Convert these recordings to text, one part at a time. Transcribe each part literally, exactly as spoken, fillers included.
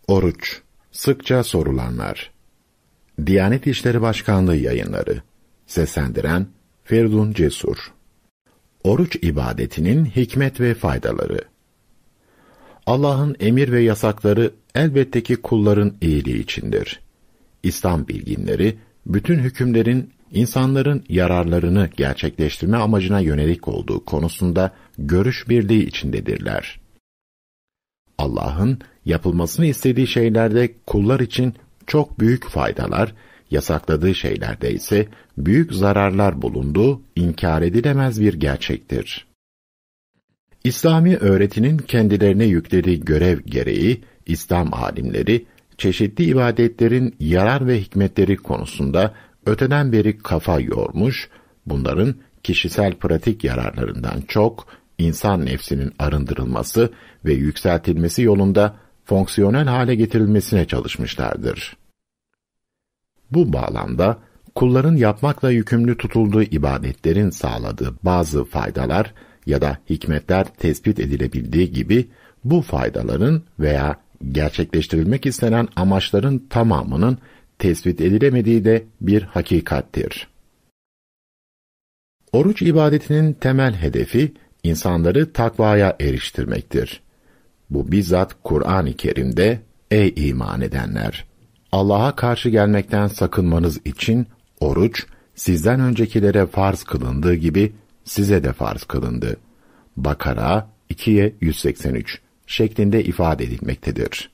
Oruç, sıkça sorulanlar. Diyanet İşleri Başkanlığı Yayınları. Seslendiren Feridun Cesur. Oruç ibadetinin hikmet ve faydaları. Allah'ın emir ve yasakları elbette ki kulların iyiliği içindir. İslam bilginleri, bütün hükümlerin insanların yararlarını gerçekleştirme amacına yönelik olduğu konusunda görüş birliği içindedirler. Allah'ın yapılmasını istediği şeylerde kullar için çok büyük faydalar, yasakladığı şeylerde ise büyük zararlar bulunduğu inkar edilemez bir gerçektir. İslami öğretinin kendilerine yüklediği görev gereği İslam alimleri çeşitli ibadetlerin yarar ve hikmetleri konusunda öteden beri kafa yormuş, bunların kişisel pratik yararlarından çok insan nefsinin arındırılması ve yükseltilmesi yolunda fonksiyonel hale getirilmesine çalışmışlardır. Bu bağlamda kulların yapmakla yükümlü tutulduğu ibadetlerin sağladığı bazı faydalar ya da hikmetler tespit edilebildiği gibi bu faydaların veya gerçekleştirilmek istenen amaçların tamamının tespit edilemediği de bir hakikattir. Oruç ibadetinin temel hedefi insanları takvaya eriştirmektir. Bu bizzat Kur'an-ı Kerim'de "Ey iman edenler! Allah'a karşı gelmekten sakınmanız için oruç, sizden öncekilere farz kılındığı gibi size de farz kılındı." Bakara ikiye yüz seksen üç şeklinde ifade edilmektedir.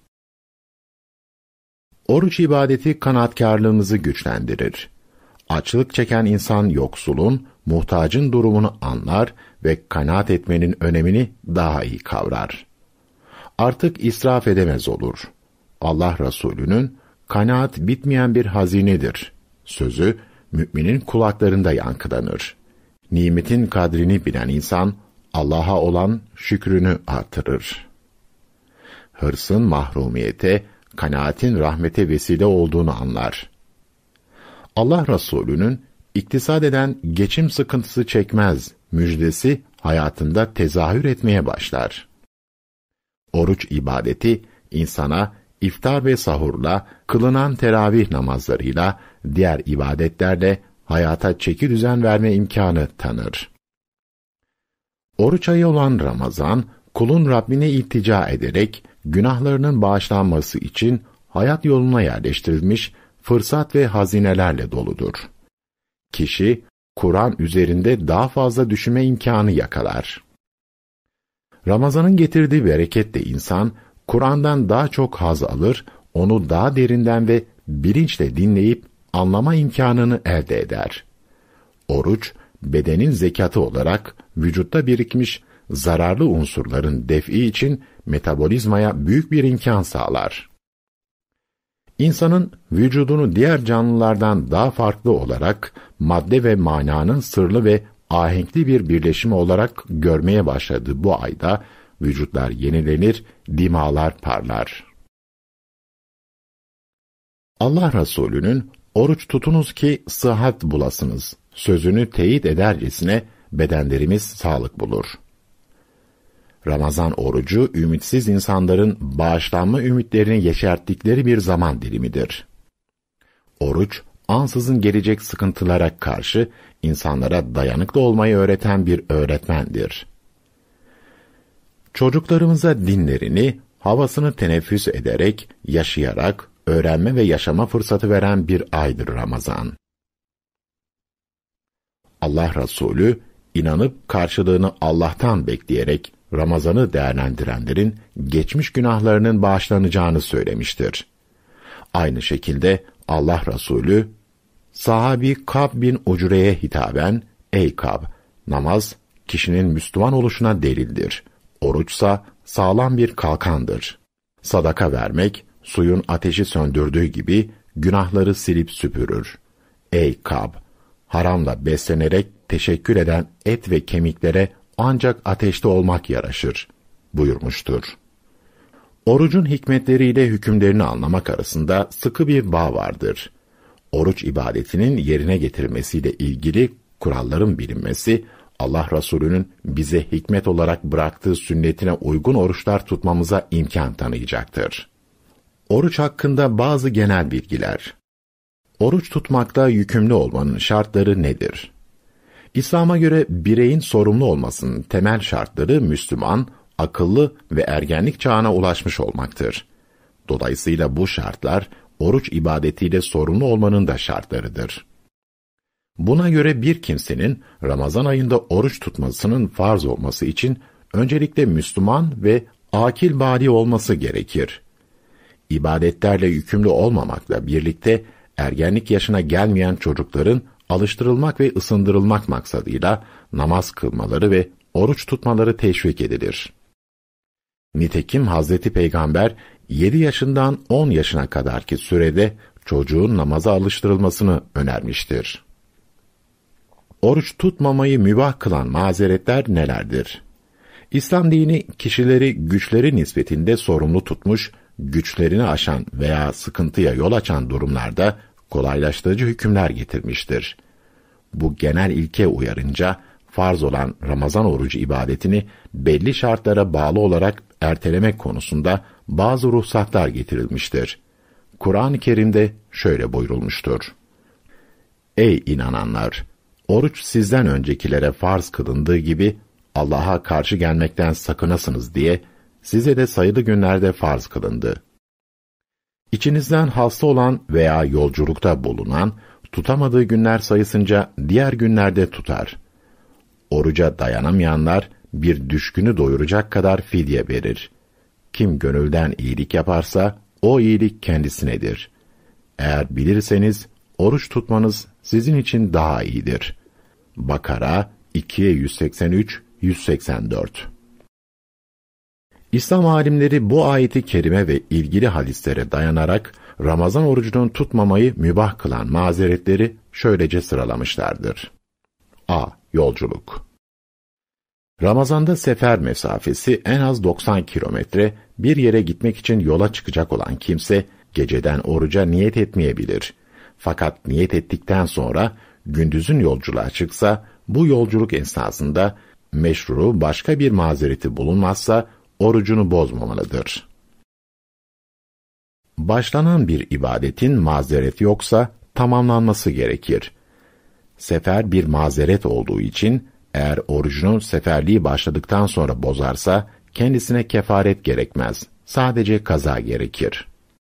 Oruç ibadeti kanaatkârlığımızı güçlendirir. Açlık çeken insan yoksulun, muhtacın durumunu anlar ve kanaat etmenin önemini daha iyi kavrar. Artık israf edemez olur. Allah Resulü'nün "Kanaat bitmeyen bir hazinedir" sözü müminin kulaklarında yankılanır. Nimetin kadrini bilen insan Allah'a olan şükrünü artırır. Hırsın mahrumiyete, kanaatin rahmete vesile olduğunu anlar. Allah Resulü'nün iktisad eden geçim sıkıntısı çekmez müjdesi hayatında tezahür etmeye başlar. Oruç ibadeti insana iftar ve sahurla, kılınan teravih namazlarıyla, diğer ibadetlerle hayata çeki düzen verme imkanı tanır. Oruç ayı olan Ramazan, kulun Rabbine iltica ederek günahlarının bağışlanması için hayat yoluna yerleştirilmiş fırsat ve hazinelerle doludur. Kişi, Kur'an üzerinde daha fazla düşünme imkanı yakalar. Ramazan'ın getirdiği bereketle insan, Kur'an'dan daha çok haz alır, onu daha derinden ve bilinçle dinleyip anlama imkanını elde eder. Oruç, bedenin zekatı olarak vücutta birikmiş zararlı unsurların def'i için metabolizmaya büyük bir imkan sağlar. İnsanın vücudunu diğer canlılardan daha farklı olarak madde ve mananın sırlı ve ahenkli bir birleşimi olarak görmeye başladığı bu ayda vücutlar yenilenir, dimağlar parlar. Allah Resulü'nün "Oruç tutunuz ki sıhhat bulasınız" sözünü teyit edercesine bedenlerimiz sağlık bulur. Ramazan orucu, ümitsiz insanların bağışlanma ümitlerini yeşerttikleri bir zaman dilimidir. Oruç, ansızın gelecek sıkıntılara karşı insanlara dayanıklı olmayı öğreten bir öğretmendir. Çocuklarımıza dinlerini, havasını teneffüs ederek, yaşayarak, öğrenme ve yaşama fırsatı veren bir aydır Ramazan. Allah Resulü, inanıp karşılığını Allah'tan bekleyerek Ramazan'ı değerlendirenlerin geçmiş günahlarının bağışlanacağını söylemiştir. Aynı şekilde Allah Resulü, sahabi Kab bin Ucre'ye hitaben, "Ey Kab, namaz kişinin Müslüman oluşuna delildir. Oruçsa sağlam bir kalkandır. Sadaka vermek, suyun ateşi söndürdüğü gibi günahları silip süpürür. Ey Kab, haramla beslenerek teşekkür eden et ve kemiklere ancak ateşte olmak yaraşır" buyurmuştur. Orucun hikmetleriyle hükümlerini anlamak arasında sıkı bir bağ vardır. Oruç ibadetinin yerine getirilmesiyle ilgili kuralların bilinmesi, Allah Resulü'nün bize hikmet olarak bıraktığı sünnetine uygun oruçlar tutmamıza imkan tanıyacaktır. Oruç hakkında bazı genel bilgiler. Oruç tutmakta yükümlü olmanın şartları nedir? İslam'a göre bireyin sorumlu olmasının temel şartları Müslüman, akıllı ve ergenlik çağına ulaşmış olmaktır. Dolayısıyla bu şartlar, oruç ibadetiyle sorumlu olmanın da şartlarıdır. Buna göre bir kimsenin Ramazan ayında oruç tutmasının farz olması için öncelikle Müslüman ve akil bâli olması gerekir. İbadetlerle yükümlü olmamakla birlikte ergenlik yaşına gelmeyen çocukların alıştırılmak ve ısındırılmak maksadıyla namaz kılmaları ve oruç tutmaları teşvik edilir. Nitekim Hazreti Peygamber yedi yaşından on yaşına kadarki sürede çocuğun namaza alıştırılmasını önermiştir. Oruç tutmamayı mübah kılan mazeretler nelerdir? İslam dini kişileri güçleri nispetinde sorumlu tutmuş, güçlerini aşan veya sıkıntıya yol açan durumlarda kolaylaştırıcı hükümler getirmiştir. Bu genel ilke uyarınca farz olan Ramazan orucu ibadetini belli şartlara bağlı olarak ertelemek konusunda bazı ruhsatlar getirilmiştir. Kur'an-ı Kerim'de şöyle buyurulmuştur: Ey inananlar! Oruç sizden öncekilere farz kılındığı gibi Allah'a karşı gelmekten sakınasınız diye size de sayılı günlerde farz kılındı. İçinizden hasta olan veya yolculukta bulunan, tutamadığı günler sayısınca diğer günlerde tutar. Oruca dayanamayanlar bir düşkünü doyuracak kadar fidye verir. Kim gönülden iyilik yaparsa o iyilik kendisinedir. Eğer bilirseniz oruç tutmanız sizin için daha iyidir. Bakara ikiye yüz seksen üç yüz seksen dört. İslam alimleri bu ayeti kerime ve ilgili hadislere dayanarak Ramazan orucunun tutmamayı mübah kılan mazeretleri şöylece sıralamışlardır. A. Yolculuk. Ramazanda sefer mesafesi en az doksan kilometre, bir yere gitmek için yola çıkacak olan kimse geceden oruca niyet etmeyebilir. Fakat niyet ettikten sonra gündüzün yolculuğa çıksa, bu yolculuk esnasında meşru başka bir mazereti bulunmazsa orucunu bozmamalıdır. Başlanan bir ibadetin mazereti yoksa tamamlanması gerekir. Sefer bir mazeret olduğu için eğer orucunun seferliği başladıktan sonra bozarsa kendisine kefaret gerekmez. Sadece kaza gerekir.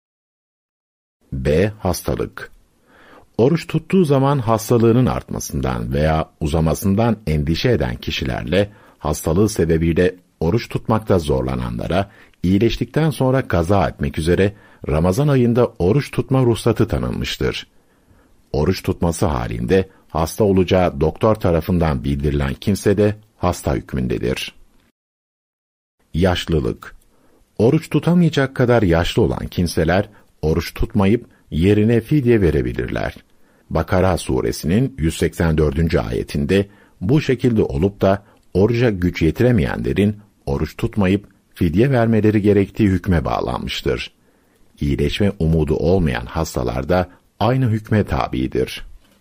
B. Hastalık. Oruç tuttuğu zaman hastalığının artmasından veya uzamasından endişe eden kişilerle hastalığı sebebiyle oruç tutmakta zorlananlara iyileştikten sonra kaza etmek üzere Ramazan ayında oruç tutma ruhsatı tanınmıştır. Oruç tutması halinde hasta olacağı doktor tarafından bildirilen kimse de hasta hükmündedir. Yaşlılık. Oruç tutamayacak kadar yaşlı olan kimseler oruç tutmayıp yerine fidye verebilirler. Bakara suresinin yüz seksen dördüncü ayetinde bu şekilde olup da oruca güç yetiremeyenlerin oruç tutmayıp fidye vermeleri gerektiği hükme bağlanmıştır. İyileşme umudu olmayan hastalar da aynı hükme tabidir.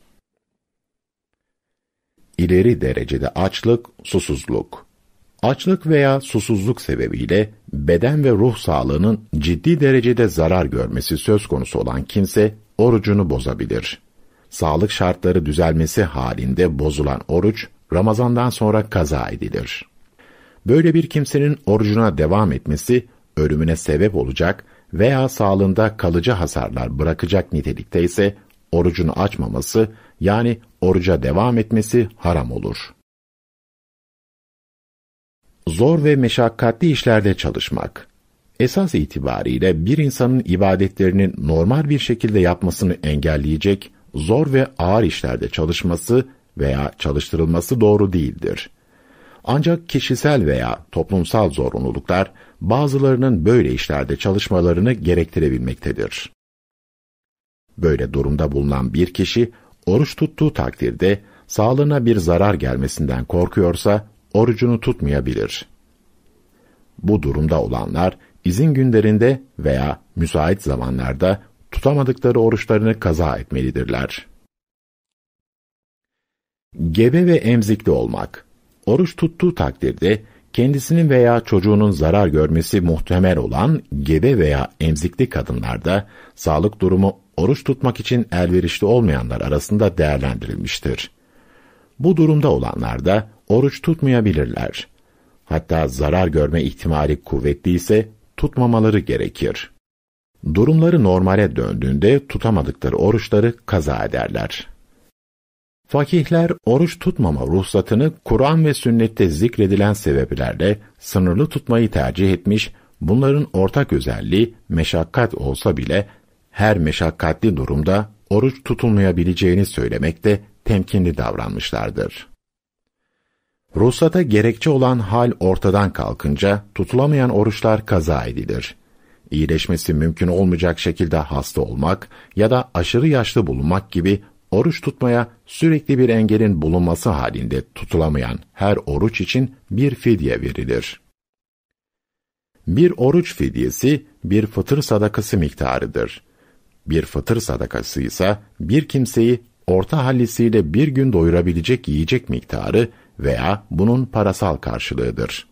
İleri derecede açlık, susuzluk. Açlık veya susuzluk sebebiyle beden ve ruh sağlığının ciddi derecede zarar görmesi söz konusu olan kimse orucunu bozabilir. Sağlık şartları düzelmesi halinde bozulan oruç Ramazan'dan sonra kaza edilir. Böyle bir kimsenin orucuna devam etmesi ölümüne sebep olacak veya sağlığında kalıcı hasarlar bırakacak nitelikte ise orucunu açmaması, yani oruca devam etmesi haram olur. Zor ve meşakkatli işlerde çalışmak. Esas itibariyle bir insanın ibadetlerini normal bir şekilde yapmasını engelleyecek zor ve ağır işlerde çalışması veya çalıştırılması doğru değildir. Ancak kişisel veya toplumsal zorunluluklar bazılarının böyle işlerde çalışmalarını gerektirebilmektedir. Böyle durumda bulunan bir kişi oruç tuttuğu takdirde sağlığına bir zarar gelmesinden korkuyorsa orucunu tutmayabilir. Bu durumda olanlar izin günlerinde veya müsait zamanlarda tutamadıkları oruçlarını kaza etmelidirler. Gebe ve emzikli olmak. Oruç tuttuğu takdirde kendisinin veya çocuğunun zarar görmesi muhtemel olan gebe veya emzikli kadınlarda sağlık durumu oruç tutmak için elverişli olmayanlar arasında değerlendirilmiştir. Bu durumda olanlar da oruç tutmayabilirler. Hatta zarar görme ihtimali kuvvetliyse tutmamaları gerekir. Durumları normale döndüğünde tutamadıkları oruçları kaza ederler. Fakihler oruç tutmama ruhsatını Kur'an ve sünnette zikredilen sebeplerle sınırlı tutmayı tercih etmiş, bunların ortak özelliği meşakkat olsa bile her meşakkatli durumda oruç tutulmayabileceğini söylemekte temkinli davranmışlardır. Ruhsata gerekçe olan hal ortadan kalkınca tutulamayan oruçlar kaza edilir. İyileşmesi mümkün olmayacak şekilde hasta olmak ya da aşırı yaşlı bulunmak gibi oruç tutmaya sürekli bir engelin bulunması halinde tutulamayan her oruç için bir fidye verilir. Bir oruç fidyesi bir fıtır sadakası miktarıdır. Bir fıtır sadakası ise bir kimseyi orta hallisiyle bir gün doyurabilecek yiyecek miktarı veya bunun parasal karşılığıdır.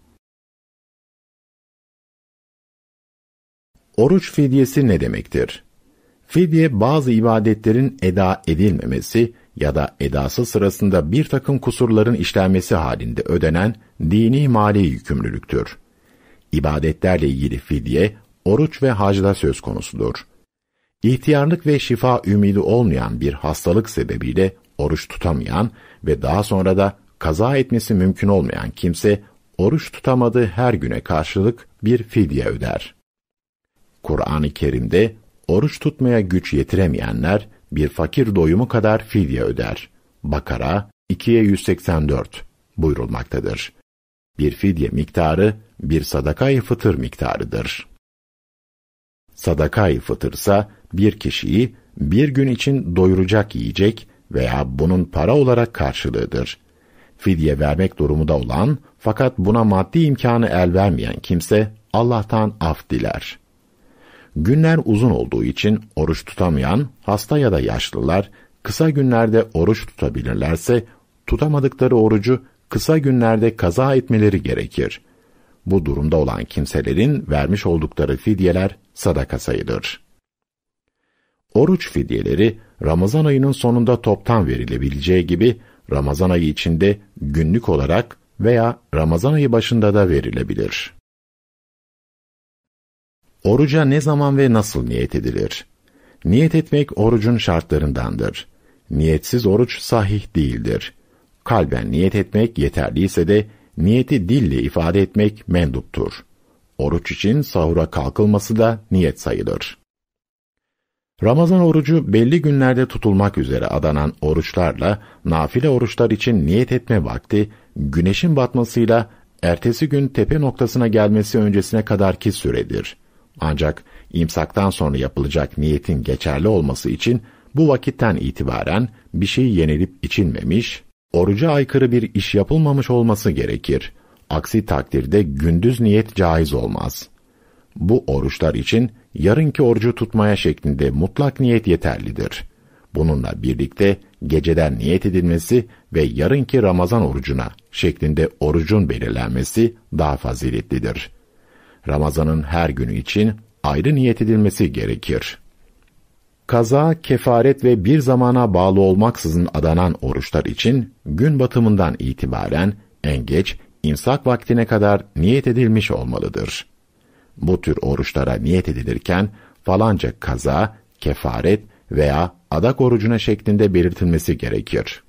Oruç fidyesi ne demektir? Fidye, bazı ibadetlerin eda edilmemesi ya da edası sırasında bir takım kusurların işlenmesi halinde ödenen dini mali yükümlülüktür. İbadetlerle ilgili fidye, oruç ve hacda söz konusudur. İhtiyarlık ve şifa ümidi olmayan bir hastalık sebebiyle oruç tutamayan ve daha sonra da kaza etmesi mümkün olmayan kimse, oruç tutamadığı her güne karşılık bir fidye öder. Kur'an-ı Kerim'de, oruç tutmaya güç yetiremeyenler, bir fakir doyumu kadar fidye öder. Bakara ikiye yüz seksen dört buyurulmaktadır. Bir fidye miktarı, bir sadaka-i fıtır miktarıdır. Sadaka-i fıtırsa, bir kişiyi bir gün için doyuracak yiyecek veya bunun para olarak karşılığıdır. Fidye vermek durumunda olan, fakat buna maddi imkanı el vermeyen kimse, Allah'tan af diler. Günler uzun olduğu için oruç tutamayan, hasta ya da yaşlılar, kısa günlerde oruç tutabilirlerse, tutamadıkları orucu kısa günlerde kaza etmeleri gerekir. Bu durumda olan kimselerin vermiş oldukları fidyeler sadaka sayılır. Oruç fidyeleri, Ramazan ayının sonunda toptan verilebileceği gibi, Ramazan ayı içinde günlük olarak veya Ramazan ayı başında da verilebilir. Oruca ne zaman ve nasıl niyet edilir? Niyet etmek orucun şartlarındandır. Niyetsiz oruç sahih değildir. Kalben niyet etmek yeterliyse de, niyeti dille ifade etmek menduptur. Oruç için sahura kalkılması da niyet sayılır. Ramazan orucu belli günlerde tutulmak üzere adanan oruçlarla, nafile oruçlar için niyet etme vakti, güneşin batmasıyla ertesi gün tepe noktasına gelmesi öncesine kadarki süredir. Ancak imsaktan sonra yapılacak niyetin geçerli olması için bu vakitten itibaren bir şey yenilip içilmemiş, oruca aykırı bir iş yapılmamış olması gerekir. Aksi takdirde gündüz niyet caiz olmaz. Bu oruçlar için yarınki orucu tutmaya şeklinde mutlak niyet yeterlidir. Bununla birlikte geceden niyet edilmesi ve yarınki Ramazan orucuna şeklinde orucun belirlenmesi daha faziletlidir. Ramazanın her günü için ayrı niyet edilmesi gerekir. Kaza, kefaret ve bir zamana bağlı olmaksızın adanan oruçlar için gün batımından itibaren en geç imsak vaktine kadar niyet edilmiş olmalıdır. Bu tür oruçlara niyet edilirken falanca kaza, kefaret veya adak orucuna şeklinde belirtilmesi gerekir.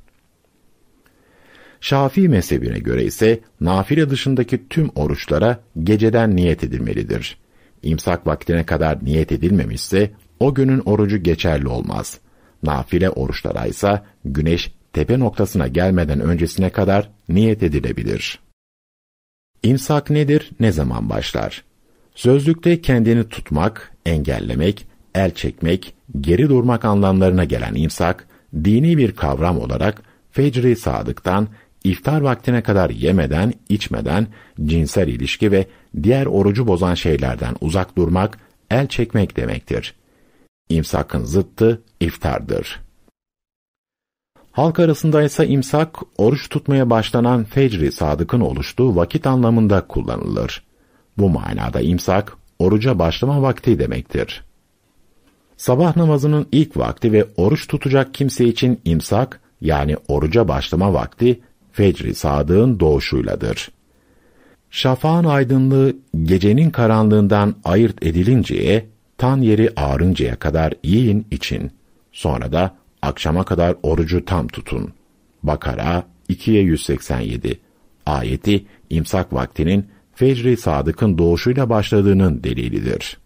Şafii mezhebine göre ise nafile dışındaki tüm oruçlara geceden niyet edilmelidir. İmsak vaktine kadar niyet edilmemişse o günün orucu geçerli olmaz. Nafile oruçlara ise güneş tepe noktasına gelmeden öncesine kadar niyet edilebilir. İmsak nedir, ne zaman başlar? Sözlükte kendini tutmak, engellemek, el çekmek, geri durmak anlamlarına gelen imsak, dini bir kavram olarak fecr-i sadıktan iftar vaktine kadar yemeden, içmeden, cinsel ilişki ve diğer orucu bozan şeylerden uzak durmak, el çekmek demektir. İmsakın zıttı iftardır. Halk arasında ise imsak, oruç tutmaya başlanan fecr-i sadıkın oluştuğu vakit anlamında kullanılır. Bu manada imsak, oruca başlama vakti demektir. Sabah namazının ilk vakti ve oruç tutacak kimse için imsak, yani oruca başlama vakti, fecr-i sadıkın doğuşuyladır. Şafağın aydınlığı, gecenin karanlığından ayırt edilinceye, tan yeri ağrıncaya kadar yiyin için, sonra da akşama kadar orucu tam tutun. Bakara ikiye yüz seksen yedi. Ayeti, imsak vaktinin fecr-i sadıkın doğuşuyla başladığının delilidir.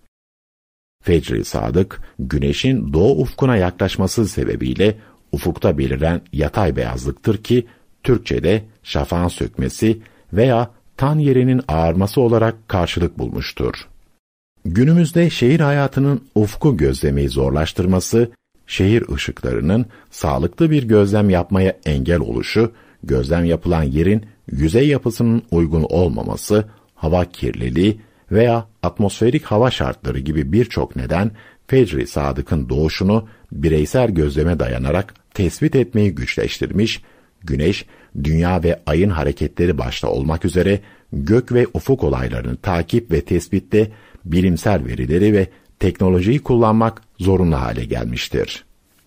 Fecr-i sadık, güneşin doğu ufkuna yaklaşması sebebiyle ufukta beliren yatay beyazlıktır ki, Türkçe'de şafağın sökmesi veya tan yerinin ağarması olarak karşılık bulmuştur. Günümüzde şehir hayatının ufku gözlemeyi zorlaştırması, şehir ışıklarının sağlıklı bir gözlem yapmaya engel oluşu, gözlem yapılan yerin yüzey yapısının uygun olmaması, hava kirliliği veya atmosferik hava şartları gibi birçok neden, fecr-i sadıkın doğuşunu bireysel gözleme dayanarak tespit etmeyi güçleştirmiş, güneş, dünya ve ayın hareketleri başta olmak üzere gök ve ufuk olaylarını takip ve tespitte bilimsel verileri ve teknolojiyi kullanmak zorunlu hale gelmiştir.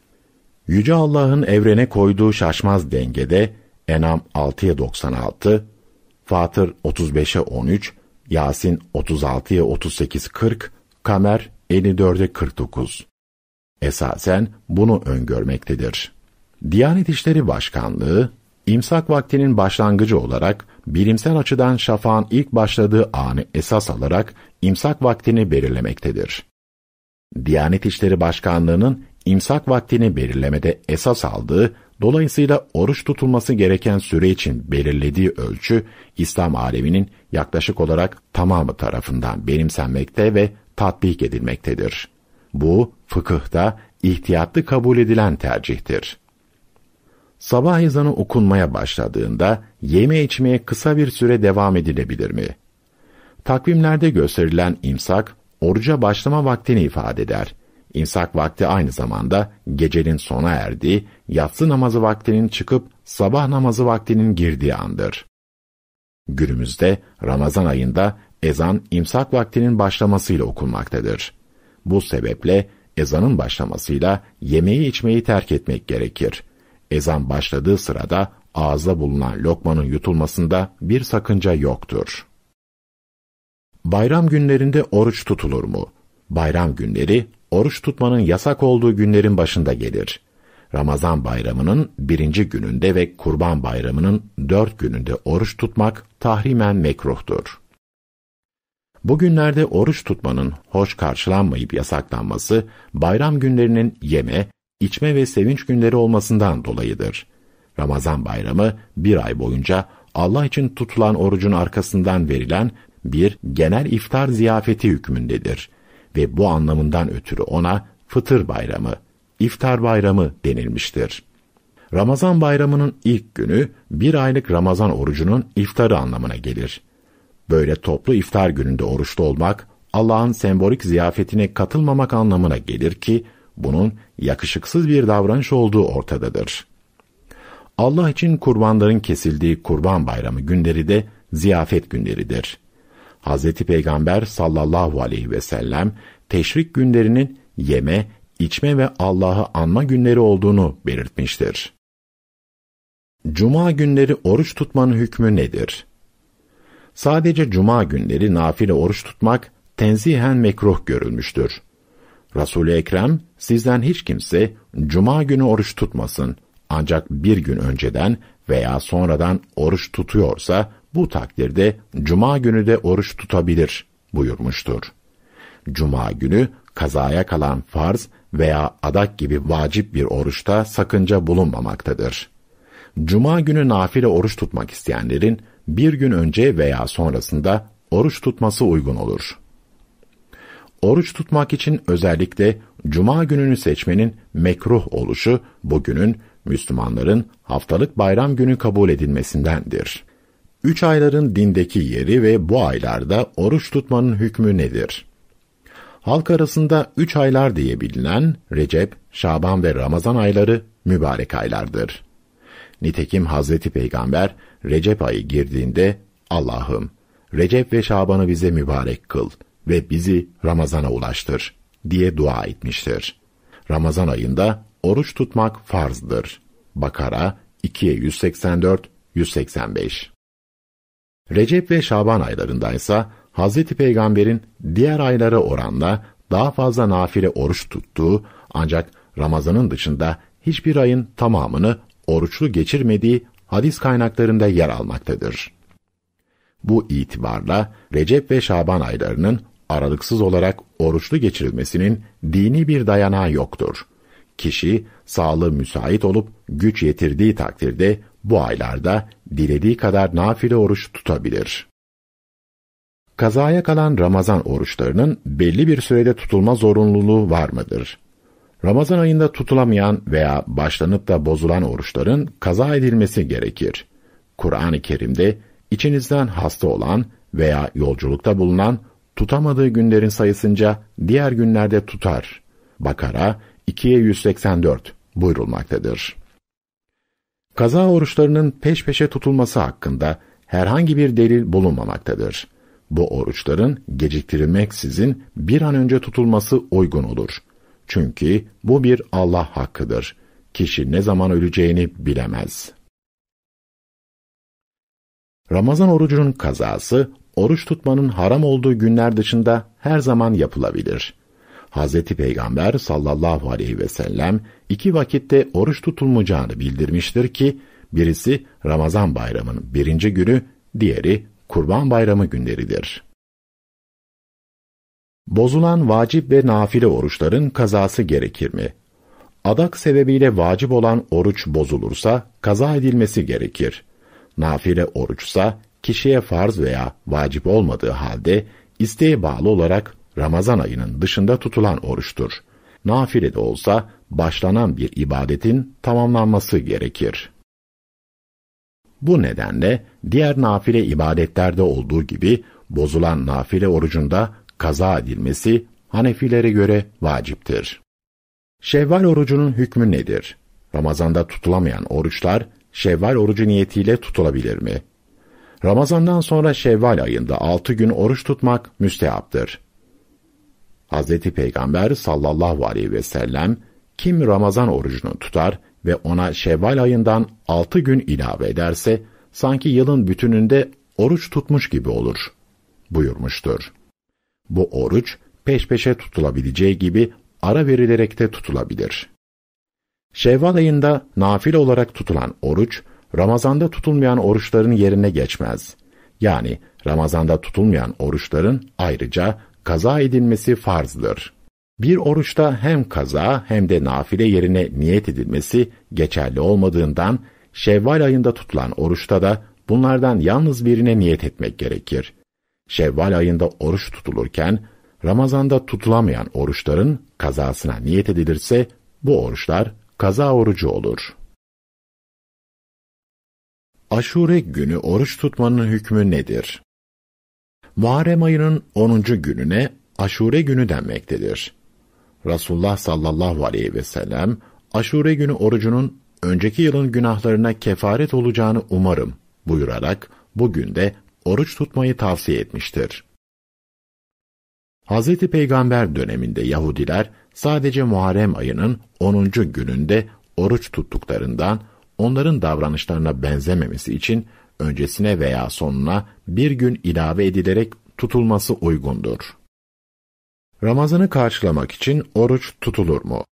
Yüce Allah'ın evrene koyduğu şaşmaz dengede En'am altıya doksan altı, Fatır otuz beşe on üç, Yasin otuz altıya otuz sekiz kırk, Kamer elli dörde kırk dokuz. Esasen bunu öngörmektedir. Diyanet İşleri Başkanlığı, imsak vaktinin başlangıcı olarak bilimsel açıdan şafağın ilk başladığı anı esas alarak imsak vaktini belirlemektedir. Diyanet İşleri Başkanlığı'nın imsak vaktini belirlemede esas aldığı, dolayısıyla oruç tutulması gereken süre için belirlediği ölçü, İslam aleminin yaklaşık olarak tamamı tarafından benimsenmekte ve tatbik edilmektedir. Bu, fıkıhta ihtiyatlı kabul edilen tercihtir. Sabah ezanı okunmaya başladığında, yeme içmeye kısa bir süre devam edilebilir mi? Takvimlerde gösterilen imsak, oruca başlama vaktini ifade eder. İmsak vakti aynı zamanda gecenin sona erdiği, yatsı namazı vaktinin çıkıp sabah namazı vaktinin girdiği andır. Günümüzde Ramazan ayında ezan imsak vaktinin başlamasıyla okunmaktadır. Bu sebeple ezanın başlamasıyla yemeği içmeyi terk etmek gerekir. Ezan başladığı sırada ağızda bulunan lokmanın yutulmasında bir sakınca yoktur. Bayram günlerinde oruç tutulur mu? Bayram günleri, oruç tutmanın yasak olduğu günlerin başında gelir. Ramazan bayramının birinci gününde ve Kurban bayramının dört gününde oruç tutmak tahrimen mekruhtur. Bu günlerde oruç tutmanın hoş karşılanmayıp yasaklanması, bayram günlerinin yeme, içme ve sevinç günleri olmasından dolayıdır. Ramazan bayramı bir ay boyunca Allah için tutulan orucun arkasından verilen bir genel iftar ziyafeti hükmündedir ve bu anlamından ötürü ona fıtır bayramı, iftar bayramı denilmiştir. Ramazan bayramının ilk günü bir aylık Ramazan orucunun iftarı anlamına gelir. Böyle toplu iftar gününde oruçlu olmak, Allah'ın sembolik ziyafetine katılmamak anlamına gelir ki, bunun yakışıksız bir davranış olduğu ortadadır. Allah için kurbanların kesildiği Kurban Bayramı günleri de ziyafet günleridir. Hazreti Peygamber sallallahu aleyhi ve sellem, teşrik günlerinin yeme, içme ve Allah'ı anma günleri olduğunu belirtmiştir. Cuma günleri oruç tutmanın hükmü nedir? Sadece cuma günleri nafile oruç tutmak tenzihen mekruh görülmüştür. Resul-i Ekrem, sizden hiç kimse cuma günü oruç tutmasın. Ancak bir gün önceden veya sonradan oruç tutuyorsa, bu takdirde cuma günü de oruç tutabilir buyurmuştur. Cuma günü kazaya kalan farz veya adak gibi vacip bir oruçta sakınca bulunmamaktadır. Cuma günü nafile oruç tutmak isteyenlerin bir gün önce veya sonrasında oruç tutması uygun olur. Oruç tutmak için özellikle cuma gününü seçmenin mekruh oluşu, bugünün Müslümanların haftalık bayram günü kabul edilmesindendir. Üç ayların dindeki yeri ve bu aylarda oruç tutmanın hükmü nedir? Halk arasında üç aylar diye bilinen Recep, Şaban ve Ramazan ayları mübarek aylardır. Nitekim Hazreti Peygamber Recep ayı girdiğinde Allah'ım Recep ve Şaban'ı bize mübarek kıl ve bizi Ramazan'a ulaştır diye dua etmiştir. Ramazan ayında oruç tutmak farzdır. Bakara ikiye yüz seksen dört yüz seksen beş. Recep ve Şaban aylarındaysa Hazreti Peygamber'in diğer aylara oranla daha fazla nafile oruç tuttuğu ancak Ramazan'ın dışında hiçbir ayın tamamını oruçlu geçirmediği hadis kaynaklarında yer almaktadır. Bu itibarla Recep ve Şaban aylarının aralıksız olarak oruçlu geçirilmesinin dini bir dayanağı yoktur. Kişi sağlığı müsait olup güç yetirdiği takdirde bu aylarda dilediği kadar nafile oruç tutabilir. Kazaya kalan Ramazan oruçlarının belli bir sürede tutulma zorunluluğu var mıdır? Ramazan ayında tutulamayan veya başlanıp da bozulan oruçların kaza edilmesi gerekir. Kur'an-ı Kerim'de içinizden hasta olan veya yolculukta bulunan tutamadığı günlerin sayısınca diğer günlerde tutar. Bakara ikiye yüz seksen dört buyurulmaktadır. Kaza oruçlarının peş peşe tutulması hakkında herhangi bir delil bulunmamaktadır. Bu oruçların geciktirilmeksizin bir an önce tutulması uygun olur. Çünkü bu bir Allah hakkıdır. Kişi ne zaman öleceğini bilemez. Ramazan orucunun kazası, oruç tutmanın haram olduğu günler dışında her zaman yapılabilir. Hazreti Peygamber sallallahu aleyhi ve sellem iki vakitte oruç tutulmayacağını bildirmiştir ki, birisi Ramazan bayramının birinci günü, diğeri Kurban Bayramı günleridir. Bozulan vacip ve nafile oruçların kazası gerekir mi? Adak sebebiyle vacip olan oruç bozulursa kaza edilmesi gerekir. Nafile oruçsa kişiye farz veya vacip olmadığı halde isteğe bağlı olarak Ramazan ayının dışında tutulan oruçtur. Nafile de olsa başlanan bir ibadetin tamamlanması gerekir. Bu nedenle diğer nafile ibadetlerde olduğu gibi bozulan nafile orucunda kaza edilmesi Hanefilere göre vaciptir. Şevval orucunun hükmü nedir? Ramazanda tutulamayan oruçlar Şevval orucu niyetiyle tutulabilir mi? Ramazandan sonra Şevval ayında altı gün oruç tutmak müstehaptır. Hazreti Peygamber sallallahu aleyhi ve sellem, kim Ramazan orucunu tutar ve ona Şevval ayından altı gün ilave ederse, sanki yılın bütününde oruç tutmuş gibi olur, buyurmuştur. Bu oruç, peş peşe tutulabileceği gibi ara verilerek de tutulabilir. Şevval ayında nafile olarak tutulan oruç, Ramazanda tutulmayan oruçların yerine geçmez. Yani Ramazanda tutulmayan oruçların ayrıca kaza edilmesi farzdır. Bir oruçta hem kaza hem de nafile yerine niyet edilmesi geçerli olmadığından, Şevval ayında tutulan oruçta da bunlardan yalnız birine niyet etmek gerekir. Şevval ayında oruç tutulurken, Ramazanda tutulamayan oruçların kazasına niyet edilirse, bu oruçlar kaza orucu olur. Aşure günü oruç tutmanın hükmü nedir? Muharrem ayının onuncu gününe Aşure günü denmektedir. Resulullah sallallahu aleyhi ve sellem, Aşure günü orucunun önceki yılın günahlarına kefaret olacağını umarım buyurarak bugün de oruç tutmayı tavsiye etmiştir. Hazreti Peygamber döneminde Yahudiler sadece Muharrem ayının onuncu gününde oruç tuttuklarından onların davranışlarına benzememesi için öncesine veya sonuna bir gün ilave edilerek tutulması uygundur. Ramazan'ı karşılamak için oruç tutulur mu?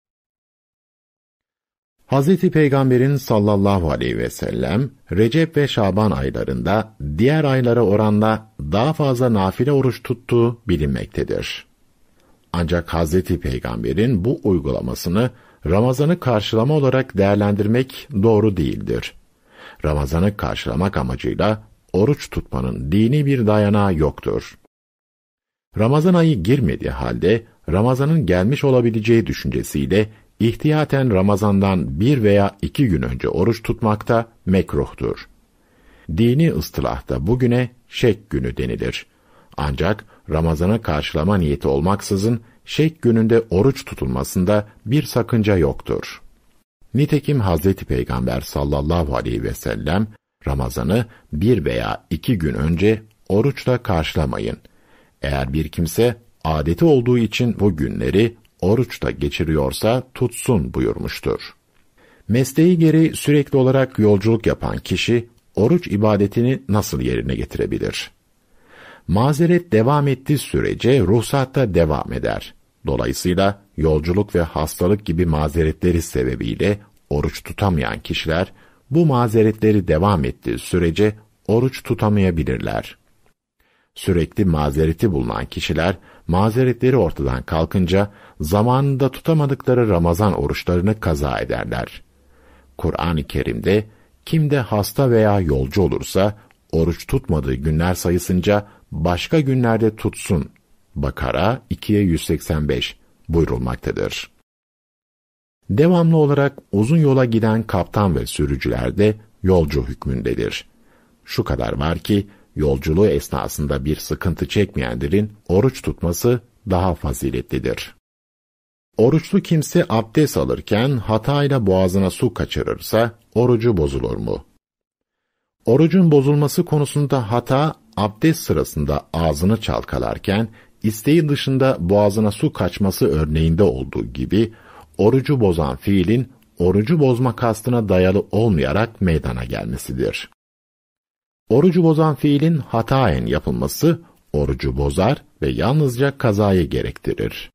Hazreti Peygamber'in sallallahu aleyhi ve sellem, Recep ve Şaban aylarında diğer aylara oranla daha fazla nafile oruç tuttuğu bilinmektedir. Ancak Hazreti Peygamber'in bu uygulamasını Ramazan'ı karşılama olarak değerlendirmek doğru değildir. Ramazan'ı karşılamak amacıyla oruç tutmanın dini bir dayanağı yoktur. Ramazan ayı girmediği halde Ramazan'ın gelmiş olabileceği düşüncesiyle ihtiyaten Ramazan'dan bir veya iki gün önce oruç tutmak da mekruhtur. Dini ıstılahta bugüne şek günü denilir. Ancak Ramazan'ı karşılama niyeti olmaksızın şek gününde oruç tutulmasında bir sakınca yoktur. Nitekim Hazreti Peygamber sallallahu aleyhi ve sellem, Ramazan'ı bir veya iki gün önce oruçla karşılamayın. Eğer bir kimse adeti olduğu için bu günleri oruçta geçiriyorsa tutsun buyurmuştur. Mesleği gereği sürekli olarak yolculuk yapan kişi, oruç ibadetini nasıl yerine getirebilir? Mazeret devam ettiği sürece ruhsat da devam eder. Dolayısıyla yolculuk ve hastalık gibi mazeretleri sebebiyle oruç tutamayan kişiler, bu mazeretleri devam ettiği sürece oruç tutamayabilirler. Sürekli mazereti bulunan kişiler, mazeretleri ortadan kalkınca, zamanında tutamadıkları Ramazan oruçlarını kaza ederler. Kur'an-ı Kerim'de, kim de hasta veya yolcu olursa, oruç tutmadığı günler sayısınca, başka günlerde tutsun. Bakara ikiye yüz seksen beş buyurulmaktadır. Devamlı olarak uzun yola giden kaptan ve sürücüler de yolcu hükmündedir. Şu kadar var ki, yolculuğu esnasında bir sıkıntı çekmeyenlerin oruç tutması daha faziletlidir. Oruçlu kimse abdest alırken hatayla boğazına su kaçırırsa orucu bozulur mu? Orucun bozulması konusunda hata, abdest sırasında ağzını çalkalarken isteği dışında boğazına su kaçması örneğinde olduğu gibi, orucu bozan fiilin orucu bozma kastına dayalı olmayarak meydana gelmesidir. Orucu bozan fiilin hataen yapılması, orucu bozar ve yalnızca kazayı gerektirir.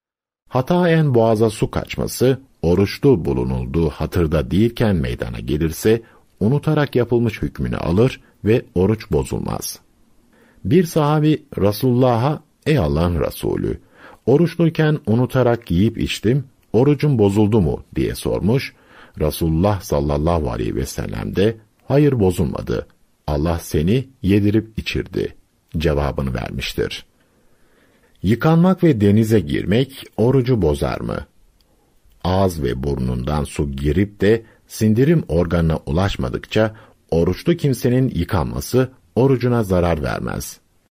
Hataen boğaza su kaçması, oruçlu bulunulduğu hatırda değilken meydana gelirse, unutarak yapılmış hükmünü alır ve oruç bozulmaz. Bir sahabi Resulullah'a, ey Allah'ın Resulü, oruçluyken unutarak yiyip içtim, orucum bozuldu mu diye sormuş. Resulullah sallallahu aleyhi ve sellem de, hayır bozulmadı, Allah seni yedirip içirdi cevabını vermiştir. Yıkanmak ve denize girmek orucu bozar mı? Ağız ve burnundan su girip de sindirim organına ulaşmadıkça oruçlu kimsenin yıkanması orucuna zarar vermez.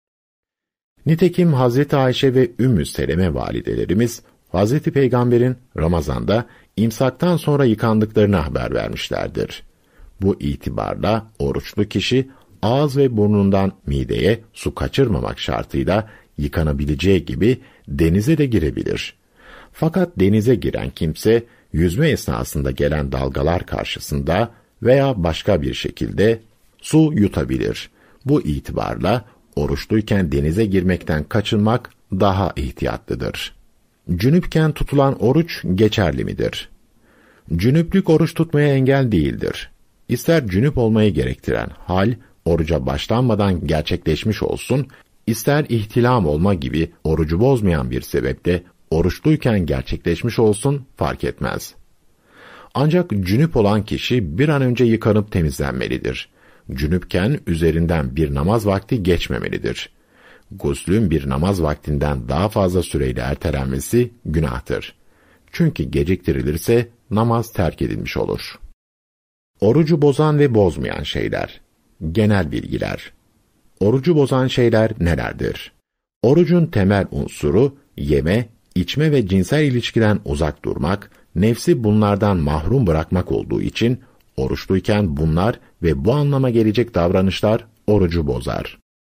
Nitekim Hazreti Ayşe ve Ümmü Seleme validelerimiz Hazreti Peygamber'in Ramazan'da imsaktan sonra yıkandıklarını haber vermişlerdir. Bu itibarla oruçlu kişi ağız ve burnundan mideye su kaçırmamak şartıyla yıkanabileceği gibi denize de girebilir. Fakat denize giren kimse yüzme esnasında gelen dalgalar karşısında veya başka bir şekilde su yutabilir. Bu itibarla oruçluyken denize girmekten kaçınmak daha ihtiyatlıdır. Cünüpken tutulan oruç geçerli midir? Cünüplük oruç tutmaya engel değildir. İster cünüp olmayı gerektiren hal, oruca başlanmadan gerçekleşmiş olsun, ister ihtilam olma gibi orucu bozmayan bir sebeple oruçluyken gerçekleşmiş olsun fark etmez. Ancak cünüp olan kişi bir an önce yıkanıp temizlenmelidir. Cünüpken üzerinden bir namaz vakti geçmemelidir. Guslün bir namaz vaktinden daha fazla süreyle ertelenmesi günahtır. Çünkü geciktirilirse namaz terk edilmiş olur. Orucu bozan ve bozmayan şeyler. Genel bilgiler. Orucu bozan şeyler nelerdir? Orucun temel unsuru yeme, içme ve cinsel ilişkiden uzak durmak, nefsi bunlardan mahrum bırakmak olduğu için oruçluyken bunlar ve bu anlama gelecek davranışlar orucu bozar.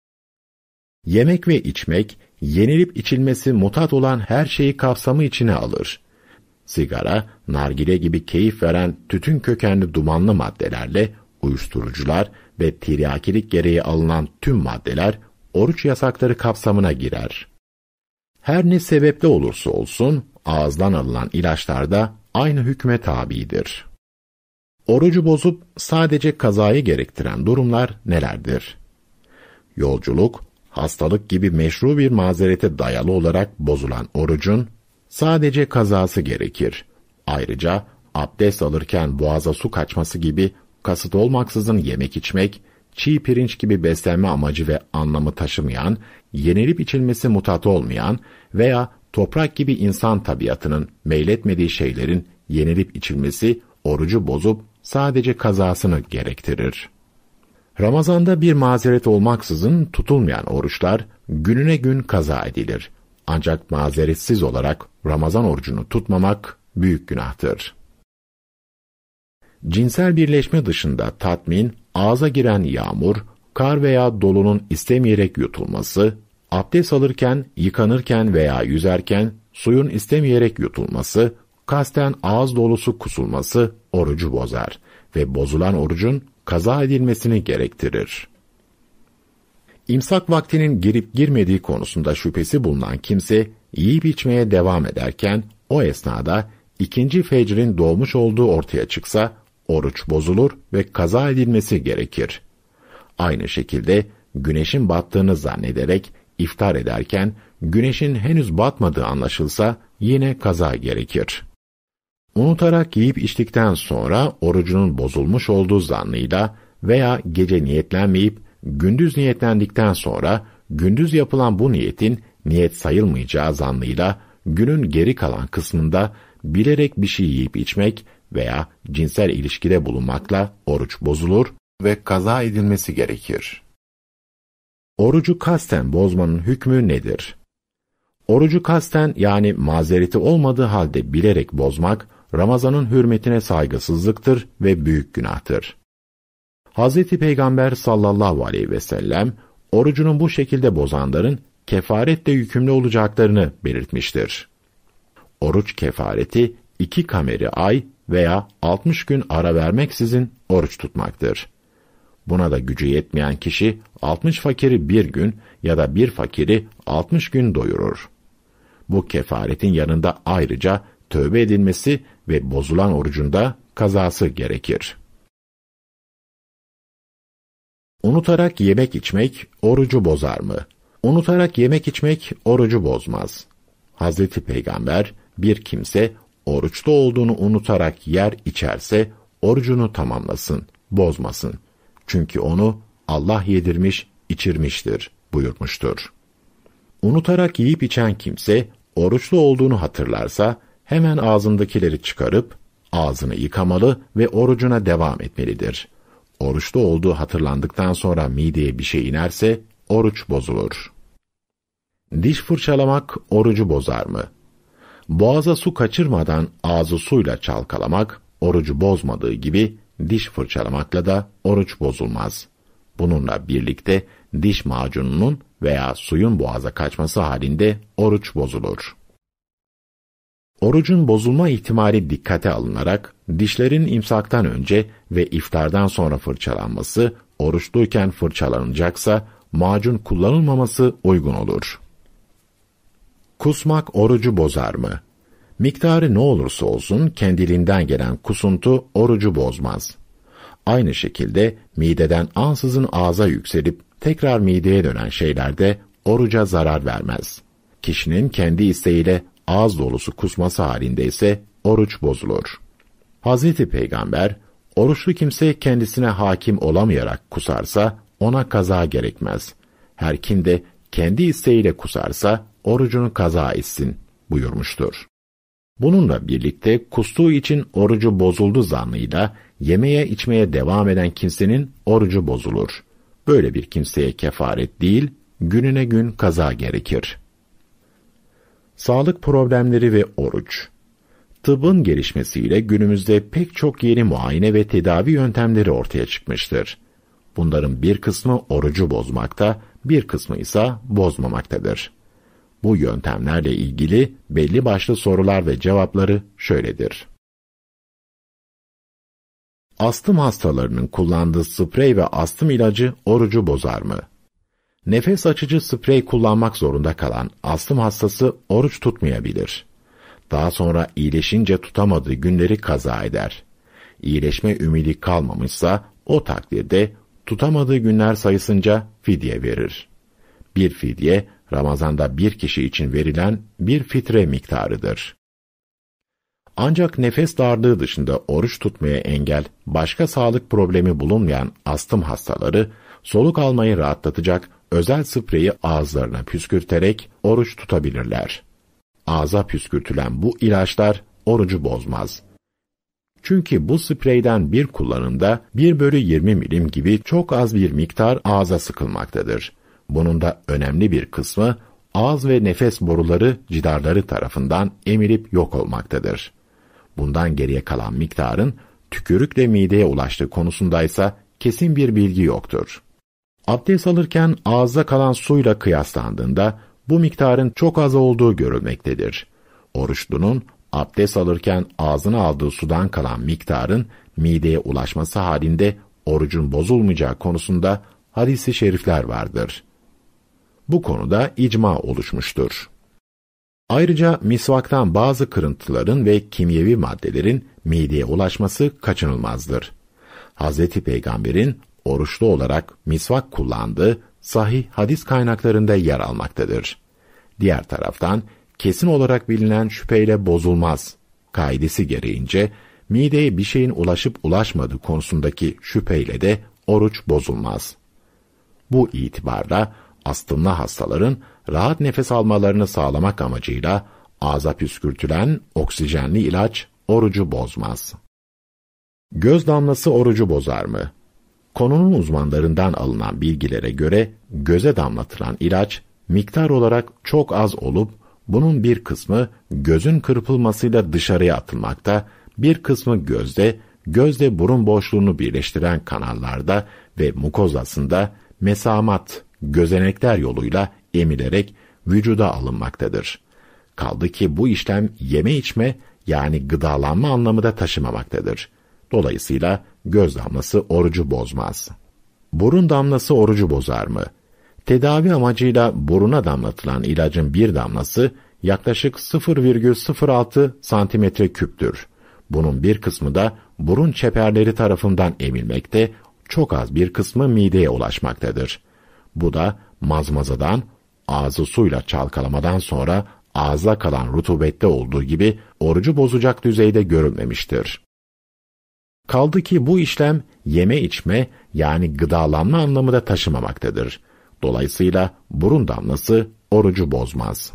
Yemek ve içmek, yenilip içilmesi mutat olan her şeyi kapsamı içine alır. Sigara, nargile gibi keyif veren tütün kökenli dumanlı maddelerle uyuşturucular ve tiryakilik gereği alınan tüm maddeler oruç yasakları kapsamına girer. Her ne sebeple olursa olsun ağızdan alınan ilaçlar da aynı hükme tabidir. Orucu bozup sadece kazayı gerektiren durumlar nelerdir? Yolculuk, hastalık gibi meşru bir mazerete dayalı olarak bozulan orucun sadece kazası gerekir. Ayrıca abdest alırken boğaza su kaçması gibi kasıt olmaksızın yemek içmek, çiğ pirinç gibi beslenme amacı ve anlamı taşımayan, yenilip içilmesi mutat olmayan veya toprak gibi insan tabiatının meyletmediği şeylerin yenilip içilmesi orucu bozup sadece kazasını gerektirir. Ramazanda bir mazeret olmaksızın tutulmayan oruçlar gününe gün kaza edilir. Ancak mazeretsiz olarak Ramazan orucunu tutmamak büyük günahtır. Cinsel birleşme dışında tatmin, ağza giren yağmur, kar veya dolunun istemeyerek yutulması, abdest alırken, yıkanırken veya yüzerken suyun istemeyerek yutulması, kasten ağız dolusu kusulması orucu bozar ve bozulan orucun kaza edilmesini gerektirir. İmsak vaktinin girip girmediği konusunda şüphesi bulunan kimse, yiyip içmeye devam ederken, o esnada ikinci fecrin doğmuş olduğu ortaya çıksa, oruç bozulur ve kaza edilmesi gerekir. Aynı şekilde, güneşin battığını zannederek iftar ederken, güneşin henüz batmadığı anlaşılsa, yine kaza gerekir. Unutarak yiyip içtikten sonra, orucunun bozulmuş olduğu zannıyla veya gece niyetlenmeyip, gündüz niyetlendikten sonra, gündüz yapılan bu niyetin, niyet sayılmayacağı zannıyla, günün geri kalan kısmında, bilerek bir şey yiyip içmek veya cinsel ilişkide bulunmakla oruç bozulur ve kaza edilmesi gerekir. Orucu kasten bozmanın hükmü nedir? Orucu kasten yani mazereti olmadığı halde bilerek bozmak, Ramazan'ın hürmetine saygısızlıktır ve büyük günahtır. Hazreti Peygamber sallallahu aleyhi ve sellem, orucunu bu şekilde bozanların kefaretle yükümlü olacaklarını belirtmiştir. Oruç kefareti, iki kameri ay veya altmış gün ara vermeksizin oruç tutmaktır. Buna da gücü yetmeyen kişi, altmış fakiri bir gün ya da bir fakiri altmış gün doyurur. Bu kefaretin yanında ayrıca tövbe edilmesi ve bozulan orucunda kazası gerekir. Unutarak yemek içmek orucu bozar mı? Unutarak yemek içmek orucu bozmaz. Hazreti Peygamber, bir kimse oruçta olduğunu unutarak yer içerse, orucunu tamamlasın, bozmasın. Çünkü onu Allah yedirmiş, içirmiştir buyurmuştur. Unutarak yiyip içen kimse, oruçlu olduğunu hatırlarsa, hemen ağzındakileri çıkarıp, ağzını yıkamalı ve orucuna devam etmelidir. Oruçlu olduğu hatırlandıktan sonra mideye bir şey inerse, oruç bozulur. Diş fırçalamak orucu bozar mı? Boğaza su kaçırmadan ağzı suyla çalkalamak, orucu bozmadığı gibi, diş fırçalamakla da oruç bozulmaz. Bununla birlikte, diş macununun veya suyun boğaza kaçması halinde oruç bozulur. Orucun bozulma ihtimali dikkate alınarak, dişlerin imsaktan önce ve iftardan sonra fırçalanması, oruçluyken fırçalanacaksa, macun kullanılmaması uygun olur. Kusmak orucu bozar mı? Miktarı ne olursa olsun kendiliğinden gelen kusuntu orucu bozmaz. Aynı şekilde mideden ansızın ağza yükselip tekrar mideye dönen şeyler de oruca zarar vermez. Kişinin kendi isteğiyle ağız dolusu kusması halinde ise oruç bozulur. Hazreti Peygamber, oruçlu kimse kendisine hakim olamayarak kusarsa ona kaza gerekmez. Her kim de kendi isteğiyle kusarsa orucunu kaza etsin buyurmuştur. Bununla birlikte kustuğu için orucu bozuldu zannıyla yemeye içmeye devam eden kimsenin orucu bozulur. Böyle bir kimseye kefaret değil, gününe gün kaza gerekir. Sağlık problemleri ve oruç. Tıbbın gelişmesiyle günümüzde pek çok yeni muayene ve tedavi yöntemleri ortaya çıkmıştır. Bunların bir kısmı orucu bozmakta, bir kısmı ise bozmamaktadır. Bu yöntemlerle ilgili belli başlı sorular ve cevapları şöyledir. Astım hastalarının kullandığı sprey ve astım ilacı orucu bozar mı? Nefes açıcı sprey kullanmak zorunda kalan astım hastası oruç tutmayabilir. Daha sonra iyileşince tutamadığı günleri kaza eder. İyileşme ümidi kalmamışsa o takdirde tutamadığı günler sayısınca fidye verir. Bir fidye, Ramazan'da bir kişi için verilen bir fitre miktarıdır. Ancak nefes darlığı dışında oruç tutmaya engel, başka sağlık problemi bulunmayan astım hastaları, soluk almayı rahatlatacak özel spreyi ağızlarına püskürterek oruç tutabilirler. Ağza püskürtülen bu ilaçlar orucu bozmaz. Çünkü bu spreyden bir kullanımda bir bölü yirmi milim gibi çok az bir miktar ağza sıkılmaktadır. Bunun da önemli bir kısmı ağız ve nefes boruları cidarları tarafından emilip yok olmaktadır. Bundan geriye kalan miktarın tükürükle mideye ulaştığı konusundaysa kesin bir bilgi yoktur. Abdest alırken ağızda kalan suyla kıyaslandığında bu miktarın çok az olduğu görülmektedir. Oruçlunun abdest alırken ağzına aldığı sudan kalan miktarın mideye ulaşması halinde orucun bozulmayacağı konusunda hadis-i şerifler vardır. Bu konuda icma oluşmuştur. Ayrıca misvaktan bazı kırıntıların ve kimyevi maddelerin mideye ulaşması kaçınılmazdır. Hazreti Peygamber'in oruçlu olarak misvak kullandığı sahih hadis kaynaklarında yer almaktadır. Diğer taraftan kesin olarak bilinen şüpheyle bozulmaz kaidesi gereğince mideye bir şeyin ulaşıp ulaşmadığı konusundaki şüpheyle de oruç bozulmaz. Bu itibarla astımlı hastaların rahat nefes almalarını sağlamak amacıyla ağza püskürtülen oksijenli ilaç orucu bozmaz. Göz damlası orucu bozar mı? Konunun uzmanlarından alınan bilgilere göre göze damlatılan ilaç miktar olarak çok az olup bunun bir kısmı gözün kırpılmasıyla dışarıya atılmakta, bir kısmı gözde, gözle burun boşluğunu birleştiren kanallarda ve mukozasında mesamat, gözenekler yoluyla emilerek vücuda alınmaktadır. Kaldı ki bu işlem yeme içme yani gıdalanma anlamı da taşımamaktadır. Dolayısıyla göz damlası orucu bozmaz. Burun damlası orucu bozar mı? Tedavi amacıyla buruna damlatılan ilacın bir damlası yaklaşık sıfır virgül sıfır altı santimetre küptür. Bunun bir kısmı da burun çeperleri tarafından emilmekte, çok az bir kısmı mideye ulaşmaktadır. Bu da mazmazadan, ağzı suyla çalkalamadan sonra ağza kalan rutubette olduğu gibi orucu bozacak düzeyde görülmemiştir. Kaldı ki bu işlem yeme içme yani gıdalanma anlamı da taşımamaktadır. Dolayısıyla burun damlası orucu bozmaz.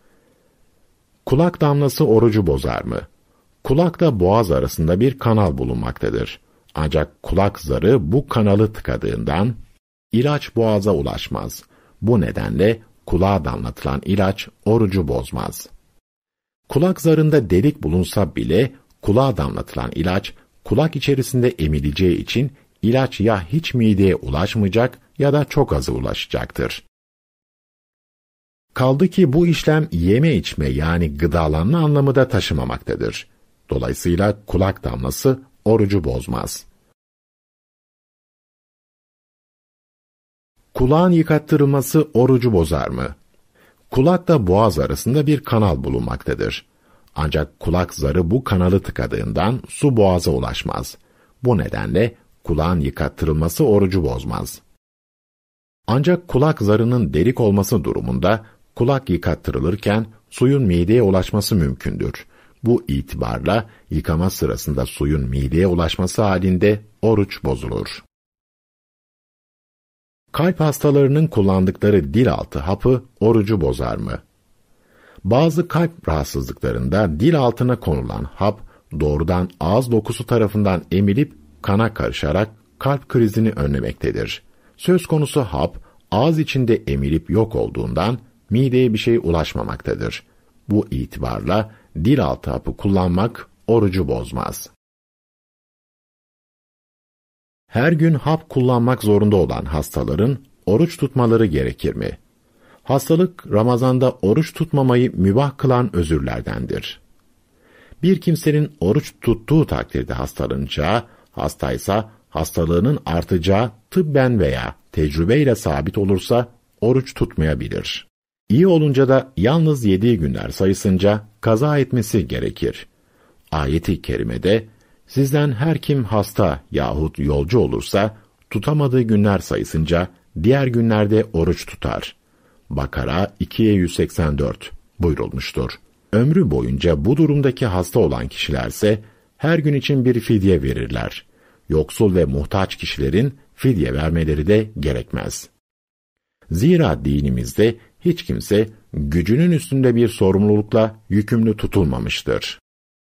Kulak damlası orucu bozar mı? Kulakla boğaz arasında bir kanal bulunmaktadır. Ancak kulak zarı bu kanalı tıkadığından ilaç boğaza ulaşmaz. Bu nedenle kulağa damlatılan ilaç orucu bozmaz. Kulak zarında delik bulunsa bile kulağa damlatılan ilaç kulak içerisinde emileceği için ilaç ya hiç mideye ulaşmayacak ya da çok azı ulaşacaktır. Kaldı ki bu işlem yeme içme yani gıdalanma anlamı da taşımamaktadır. Dolayısıyla kulak damlası orucu bozmaz. Kulağın yıkattırılması orucu bozar mı? Kulakla boğaz arasında bir kanal bulunmaktadır. Ancak kulak zarı bu kanalı tıkadığından su boğaza ulaşmaz. Bu nedenle kulağın yıkattırılması orucu bozmaz. Ancak kulak zarının delik olması durumunda kulak yıkattırılırken suyun mideye ulaşması mümkündür. Bu itibarla yıkama sırasında suyun mideye ulaşması halinde oruç bozulur. Kalp hastalarının kullandıkları dil altı hapı orucu bozar mı? Bazı kalp rahatsızlıklarında dil altına konulan hap doğrudan ağız dokusu tarafından emilip kana karışarak kalp krizini önlemektedir. Söz konusu hap ağız içinde emilip yok olduğundan mideye bir şey ulaşmamaktadır. Bu itibarla dil altı hapı kullanmak orucu bozmaz. Her gün hap kullanmak zorunda olan hastaların oruç tutmaları gerekir mi? Hastalık, Ramazan'da oruç tutmamayı mübah kılan özürlerdendir. Bir kimsenin oruç tuttuğu takdirde hastalanacağı, hastaysa hastalığının artacağı tıbben veya tecrübeyle sabit olursa oruç tutmayabilir. İyi olunca da yalnız yediği günler sayısınca kaza etmesi gerekir. Ayet-i kerimede, sizden her kim hasta yahut yolcu olursa, tutamadığı günler sayısınca diğer günlerde oruç tutar. Bakara ikiye yüz seksen dört buyurulmuştur. Ömrü boyunca bu durumdaki hasta olan kişilerse, her gün için bir fidye verirler. Yoksul ve muhtaç kişilerin fidye vermeleri de gerekmez. Zira dinimizde hiç kimse gücünün üstünde bir sorumlulukla yükümlü tutulmamıştır.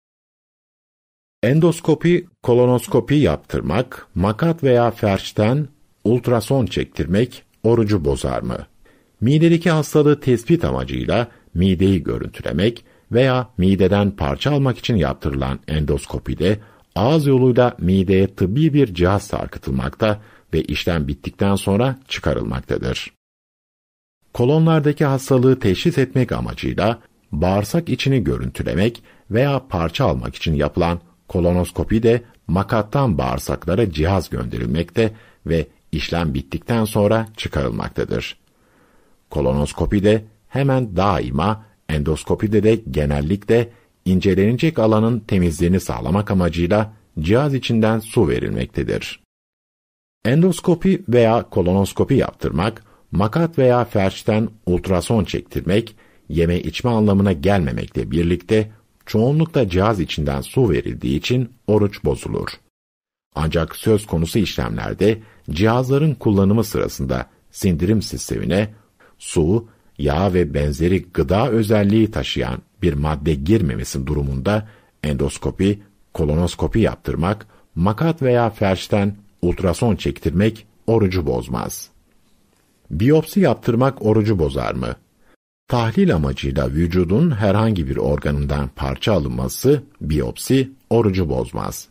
Endoskopi, kolonoskopi yaptırmak, makat veya felçten ultrason çektirmek orucu bozar mı? Midedeki hastalığı tespit amacıyla mideyi görüntülemek veya mideden parça almak için yaptırılan endoskopide ağız yoluyla mideye tıbbi bir cihaz sarkıtılmakta ve işlem bittikten sonra çıkarılmaktadır. Kolonlardaki hastalığı teşhis etmek amacıyla bağırsak içini görüntülemek veya parça almak için yapılan kolonoskopi de makattan bağırsaklara cihaz gönderilmekte ve işlem bittikten sonra çıkarılmaktadır. Kolonoskopi de hemen daima, endoskopide de genellikle incelenecek alanın temizliğini sağlamak amacıyla cihaz içinden su verilmektedir. Endoskopi veya kolonoskopi yaptırmak, makat veya felçten ultrason çektirmek, yeme içme anlamına gelmemekle birlikte çoğunlukla cihaz içinden su verildiği için oruç bozulur. Ancak söz konusu işlemlerde cihazların kullanımı sırasında sindirim sistemine su, yağ ve benzeri gıda özelliği taşıyan bir madde girmemesi durumunda endoskopi, kolonoskopi yaptırmak, makat veya felçten ultrason çektirmek orucu bozmaz. Biyopsi yaptırmak orucu bozar mı? Tahlil amacıyla vücudun herhangi bir organından parça alınması, biyopsi, orucu bozmaz.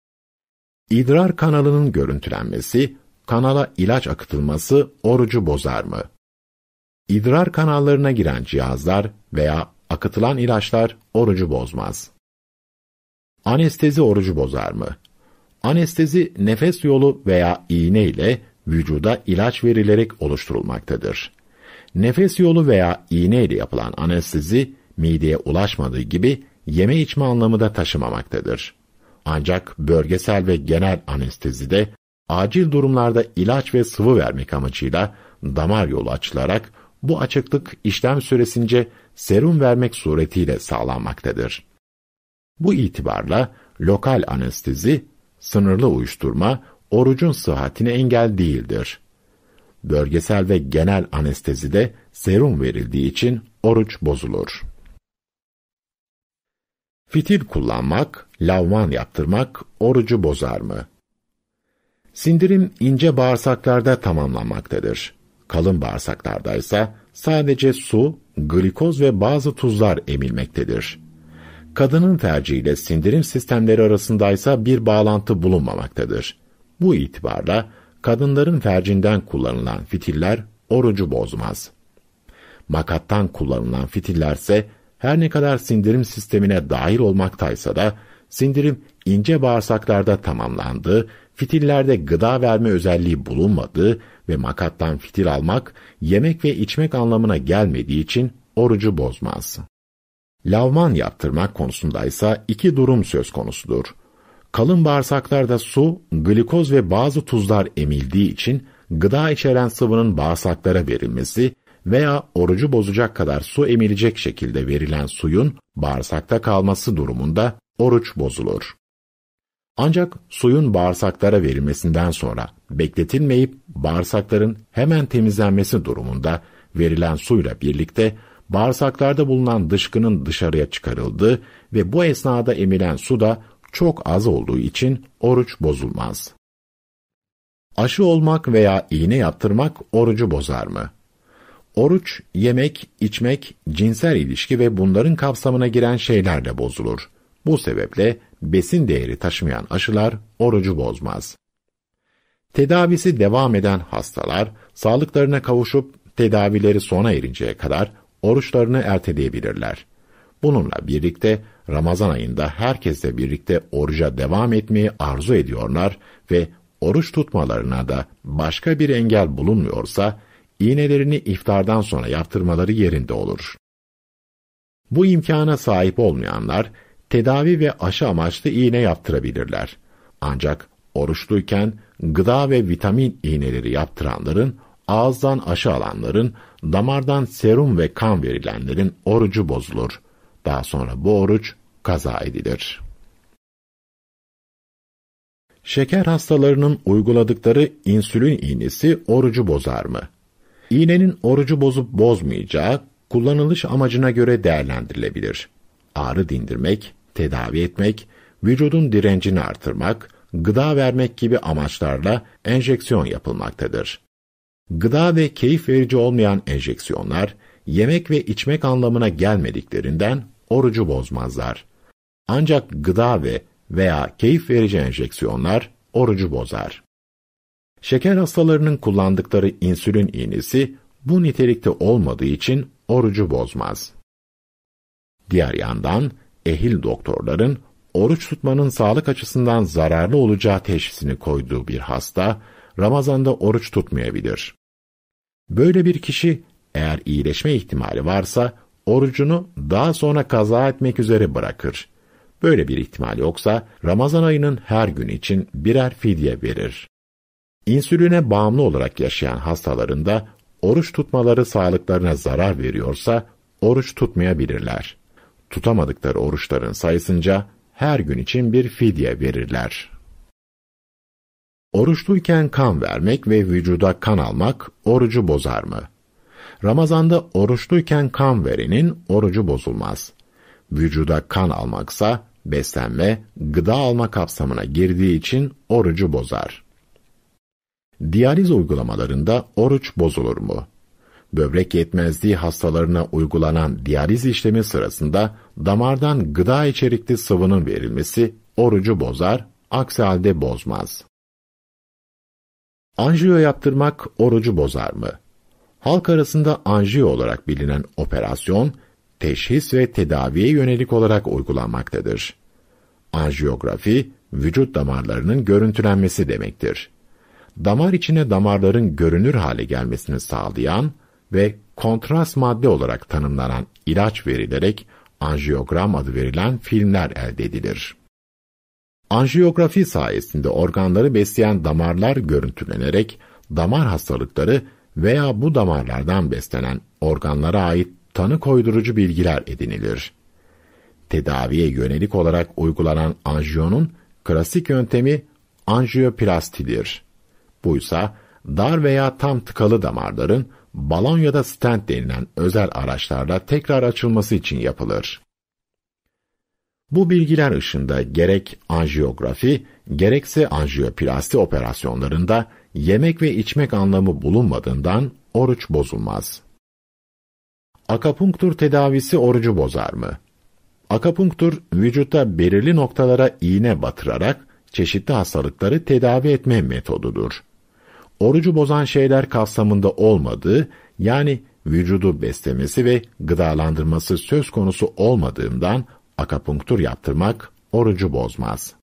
İdrar kanalının görüntülenmesi, kanala ilaç akıtılması orucu bozar mı? İdrar kanallarına giren cihazlar veya akıtılan ilaçlar orucu bozmaz. Anestezi orucu bozar mı? Anestezi, nefes yolu veya iğne ile vücuda ilaç verilerek oluşturulmaktadır. Nefes yolu veya iğne ile yapılan anestezi, mideye ulaşmadığı gibi yeme içme anlamı da taşımamaktadır. Ancak bölgesel ve genel anestezide, acil durumlarda ilaç ve sıvı vermek amacıyla damar yolu açılarak, bu açıklık işlem süresince serum vermek suretiyle sağlanmaktadır. Bu itibarla lokal anestezi, sınırlı uyuşturma, orucun sıhhatine engel değildir. Bölgesel ve genel anestezide serum verildiği için oruç bozulur. Fitil kullanmak, lavman yaptırmak orucu bozar mı? Sindirim ince bağırsaklarda tamamlanmaktadır. Kalın bağırsaklarda ise sadece su, glikoz ve bazı tuzlar emilmektedir. Kadının tercihiyle sindirim sistemleri arasındaysa bir bağlantı bulunmamaktadır. Bu itibarla kadınların fercinden kullanılan fitiller orucu bozmaz. Makattan kullanılan fitillerse her ne kadar sindirim sistemine dahil olmaktaysa da sindirim ince bağırsaklarda tamamlandığı, fitillerde gıda verme özelliği bulunmadığı ve makattan fitil almak yemek ve içmek anlamına gelmediği için orucu bozmaz. Lavman yaptırmak konusundaysa iki durum söz konusudur. Kalın bağırsaklarda su, glikoz ve bazı tuzlar emildiği için gıda içeren sıvının bağırsaklara verilmesi veya orucu bozacak kadar su emilecek şekilde verilen suyun bağırsakta kalması durumunda oruç bozulur. Ancak suyun bağırsaklara verilmesinden sonra bekletilmeyip bağırsakların hemen temizlenmesi durumunda verilen suyla birlikte bağırsaklarda bulunan dışkının dışarıya çıkarıldığı ve bu esnada emilen su da çok az olduğu için oruç bozulmaz. Aşı olmak veya iğne yaptırmak orucu bozar mı? Oruç, yemek, içmek, cinsel ilişki ve bunların kapsamına giren şeylerle bozulur. Bu sebeple besin değeri taşımayan aşılar orucu bozmaz. Tedavisi devam eden hastalar, sağlıklarına kavuşup tedavileri sona erinceye kadar oruçlarını erteleyebilirler. Bununla birlikte Ramazan ayında herkesle birlikte oruca devam etmeyi arzu ediyorlar ve oruç tutmalarına da başka bir engel bulunmuyorsa, iğnelerini iftardan sonra yaptırmaları yerinde olur. Bu imkana sahip olmayanlar, tedavi ve aşı amaçlı iğne yaptırabilirler. Ancak oruçluyken gıda ve vitamin iğneleri yaptıranların, ağızdan aşı alanların, damardan serum ve kan verilenlerin orucu bozulur. Daha sonra bu oruç kaza edilir. Şeker hastalarının uyguladıkları insülin iğnesi orucu bozar mı? İğnenin orucu bozup bozmayacağı kullanılış amacına göre değerlendirilebilir. Ağrı dindirmek, tedavi etmek, vücudun direncini artırmak, gıda vermek gibi amaçlarla enjeksiyon yapılmaktadır. Gıda ve keyif verici olmayan enjeksiyonlar, yemek ve içmek anlamına gelmediklerinden orucu bozmazlar. Ancak gıda ve veya keyif verici enjeksiyonlar orucu bozar. Şeker hastalarının kullandıkları insülin iğnesi bu nitelikte olmadığı için orucu bozmaz. Diğer yandan ehil doktorların oruç tutmanın sağlık açısından zararlı olacağı teşhisini koyduğu bir hasta Ramazan'da oruç tutmayabilir. Böyle bir kişi eğer iyileşme ihtimali varsa orucunu daha sonra kaza etmek üzere bırakır. Böyle bir ihtimal yoksa Ramazan ayının her gün için birer fidye verir. İnsüline bağımlı olarak yaşayan hastaların da oruç tutmaları sağlıklarına zarar veriyorsa oruç tutmayabilirler. Tutamadıkları oruçların sayısınca her gün için bir fidye verirler. Oruçluyken kan vermek ve vücuda kan almak orucu bozar mı? Ramazanda oruçluyken kan verenin orucu bozulmaz. Vücuda kan almaksa beslenme, gıda alma kapsamına girdiği için orucu bozar. Diyaliz uygulamalarında oruç bozulur mu? Böbrek yetmezliği hastalarına uygulanan diyaliz işlemi sırasında damardan gıda içerikli sıvının verilmesi orucu bozar, aksi halde bozmaz. Anjiyo yaptırmak orucu bozar mı? Halk arasında anjiyo olarak bilinen operasyon, teşhis ve tedaviye yönelik olarak uygulanmaktadır. Anjiyografi, vücut damarlarının görüntülenmesi demektir. Damar içine damarların görünür hale gelmesini sağlayan ve kontrast madde olarak tanımlanan ilaç verilerek anjiyogram adı verilen filmler elde edilir. Anjiyografi sayesinde organları besleyen damarlar görüntülenerek damar hastalıkları veya bu damarlardan beslenen organlara ait tanı koydurucu bilgiler edinilir. Tedaviye yönelik olarak uygulanan anjiyonun klasik yöntemi anjiyoplastidir. Buysa dar veya tam tıkalı damarların balon ya da stent denilen özel araçlarla tekrar açılması için yapılır. Bu bilgiler ışığında gerek anjiyografi, gerekse anjiyoplasti operasyonlarında yemek ve içmek anlamı bulunmadığından oruç bozulmaz. Akupunktur tedavisi orucu bozar mı? Akupunktur, vücutta belirli noktalara iğne batırarak çeşitli hastalıkları tedavi etme metodudur. Orucu bozan şeyler kapsamında olmadığı, yani vücudu beslemesi ve gıdalandırması söz konusu olmadığından akupunktur yaptırmak orucu bozmaz.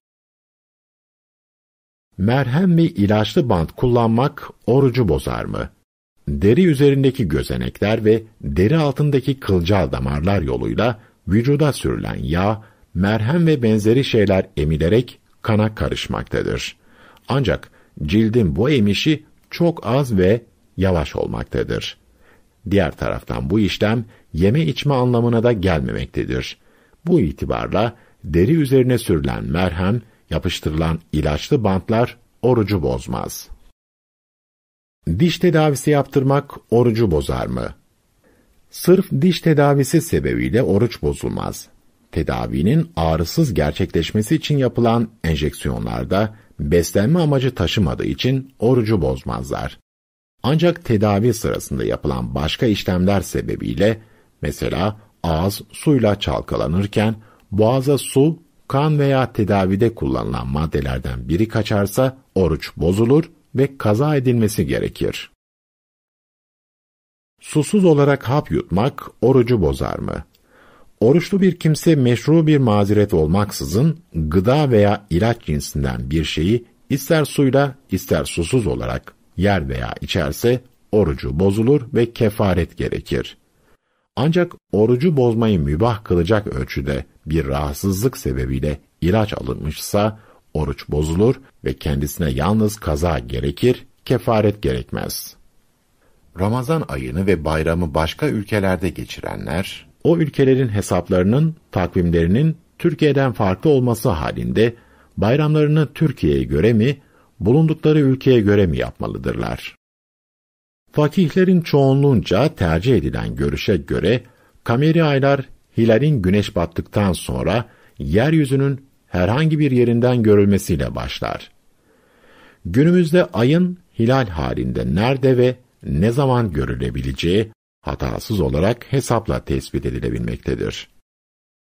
Merhem ve ilaçlı bant kullanmak orucu bozar mı? Deri üzerindeki gözenekler ve deri altındaki kılcal damarlar yoluyla vücuda sürülen yağ, merhem ve benzeri şeyler emilerek kana karışmaktadır. Ancak cildin bu emişi çok az ve yavaş olmaktadır. Diğer taraftan bu işlem yeme içme anlamına da gelmemektedir. Bu itibarla deri üzerine sürülen merhem, yapıştırılan ilaçlı bantlar orucu bozmaz. Diş tedavisi yaptırmak orucu bozar mı? Sırf diş tedavisi sebebiyle oruç bozulmaz. Tedavinin ağrısız gerçekleşmesi için yapılan enjeksiyonlarda beslenme amacı taşımadığı için orucu bozmazlar. Ancak tedavi sırasında yapılan başka işlemler sebebiyle, mesela ağız suyla çalkalanırken boğaza su, kan veya tedavide kullanılan maddelerden biri kaçarsa oruç bozulur ve kaza edilmesi gerekir. Susuz olarak hap yutmak orucu bozar mı? Oruçlu bir kimse meşru bir mazeret olmaksızın gıda veya ilaç cinsinden bir şeyi ister suyla ister susuz olarak yer veya içerse orucu bozulur ve kefaret gerekir. Ancak orucu bozmayı mübah kılacak ölçüde bir rahatsızlık sebebiyle ilaç alınmışsa oruç bozulur ve kendisine yalnız kaza gerekir, kefaret gerekmez. Ramazan ayını ve bayramı başka ülkelerde geçirenler, o ülkelerin hesaplarının, takvimlerinin Türkiye'den farklı olması halinde bayramlarını Türkiye'ye göre mi, bulundukları ülkeye göre mi yapmalıdırlar? Fakihlerin çoğunluğunca tercih edilen görüşe göre, kameri aylar hilalin güneş battıktan sonra yeryüzünün herhangi bir yerinden görülmesiyle başlar. Günümüzde ayın hilal halinde nerede ve ne zaman görülebileceği hatasız olarak hesapla tespit edilebilmektedir.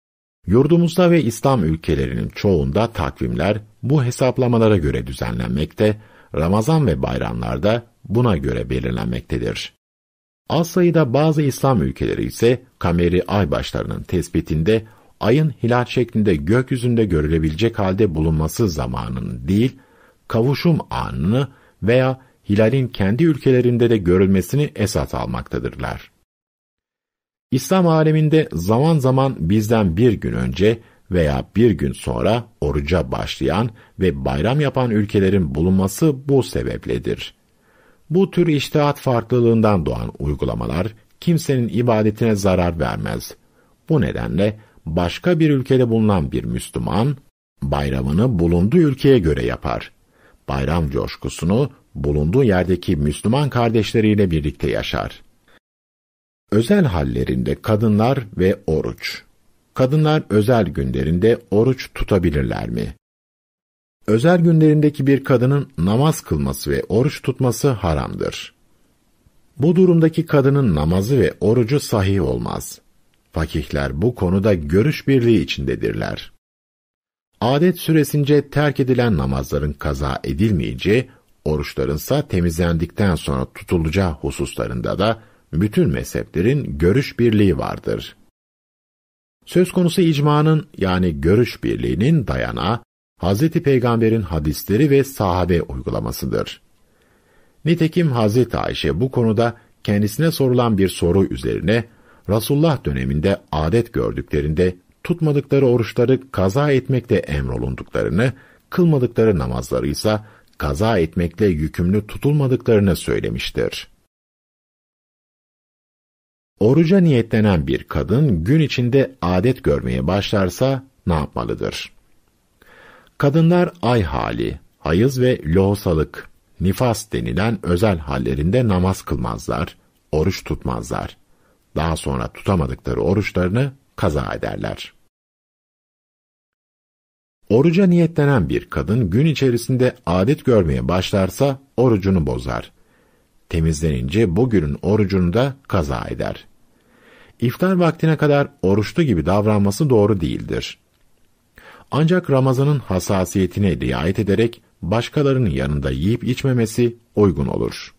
Yurdumuzda ve İslam ülkelerinin çoğunda takvimler bu hesaplamalara göre düzenlenmekte, Ramazan ve bayramlarda buna göre belirlenmektedir. Az sayıda bazı İslam ülkeleri ise kameri ay başlarının tespitinde ayın hilal şeklinde gökyüzünde görülebilecek halde bulunması zamanını değil, kavuşum anını veya hilalin kendi ülkelerinde de görülmesini esas almaktadırlar. İslam aleminde zaman zaman bizden bir gün önce veya bir gün sonra oruca başlayan ve bayram yapan ülkelerin bulunması bu sebepledir. Bu tür içtihat farklılığından doğan uygulamalar kimsenin ibadetine zarar vermez. Bu nedenle başka bir ülkede bulunan bir Müslüman bayramını bulunduğu ülkeye göre yapar. Bayram coşkusunu bulunduğu yerdeki Müslüman kardeşleriyle birlikte yaşar. Özel hallerinde kadınlar ve oruç. Kadınlar özel günlerinde oruç tutabilirler mi? Özel günlerindeki bir kadının namaz kılması ve oruç tutması haramdır. Bu durumdaki kadının namazı ve orucu sahih olmaz. Fakihler bu konuda görüş birliği içindedirler. Adet süresince terk edilen namazların kaza edilmeyeceği, oruçlarınsa temizlendikten sonra tutulacağı hususlarında da bütün mezheplerin görüş birliği vardır. Söz konusu icmanın yani görüş birliğinin dayanağı, Hazreti Peygamber'in hadisleri ve sahabe uygulamasıdır. Nitekim Hazreti Ayşe bu konuda kendisine sorulan bir soru üzerine, Resulullah döneminde adet gördüklerinde tutmadıkları oruçları kaza etmekle emrolunduklarını, kılmadıkları namazları ise kaza etmekle yükümlü tutulmadıklarını söylemiştir. Oruca niyetlenen bir kadın gün içinde adet görmeye başlarsa ne yapmalıdır? Kadınlar ay hali, hayız ve lohusalık, nifas denilen özel hallerinde namaz kılmazlar, oruç tutmazlar. Daha sonra tutamadıkları oruçlarını kaza ederler. Oruca niyetlenen bir kadın gün içerisinde adet görmeye başlarsa orucunu bozar. Temizlenince bugünün orucunu da kaza eder. İftar vaktine kadar oruçlu gibi davranması doğru değildir. Ancak Ramazan'ın hassasiyetine riayet ederek başkalarının yanında yiyip içmemesi uygun olur.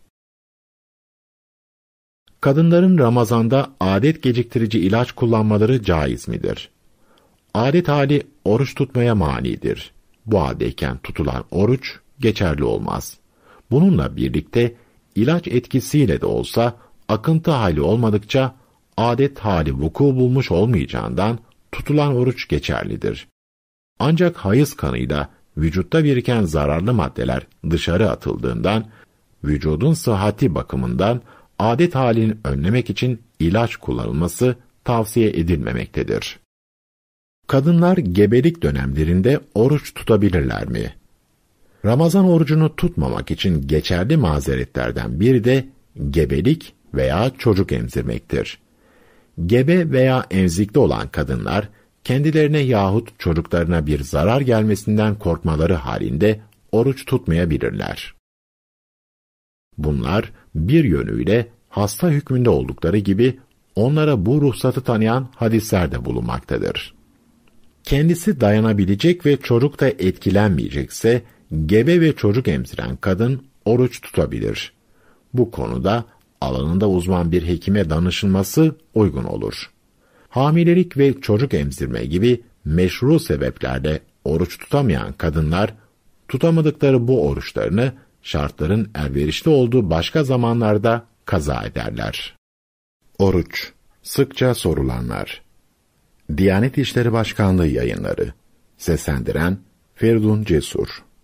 Kadınların Ramazan'da adet geciktirici ilaç kullanmaları caiz midir? Adet hali oruç tutmaya manidir. Bu haldeyken tutulan oruç geçerli olmaz. Bununla birlikte ilaç etkisiyle de olsa akıntı hali olmadıkça adet hali vuku bulmuş olmayacağından tutulan oruç geçerlidir. Ancak hayız kanıyla vücutta biriken zararlı maddeler dışarı atıldığından, vücudun sıhhati bakımından adet halini önlemek için ilaç kullanılması tavsiye edilmemektedir. Kadınlar gebelik dönemlerinde oruç tutabilirler mi? Ramazan orucunu tutmamak için geçerli mazeretlerden biri de gebelik veya çocuk emzirmektir. Gebe veya emzikli olan kadınlar, kendilerine yahut çocuklarına bir zarar gelmesinden korkmaları halinde oruç tutmayabilirler. Bunlar bir yönüyle hasta hükmünde oldukları gibi onlara bu ruhsatı tanıyan hadislerde bulunmaktadır. Kendisi dayanabilecek ve çocuk da etkilenmeyecekse, gebe ve çocuk emziren kadın oruç tutabilir. Bu konuda alanında uzman bir hekime danışılması uygun olur. Hamilelik ve çocuk emzirme gibi meşru sebeplerle oruç tutamayan kadınlar, tutamadıkları bu oruçlarını şartların elverişli olduğu başka zamanlarda kaza ederler. Oruç, sıkça sorulanlar. Diyanet İşleri Başkanlığı Yayınları. Seslendiren Feridun Cesur.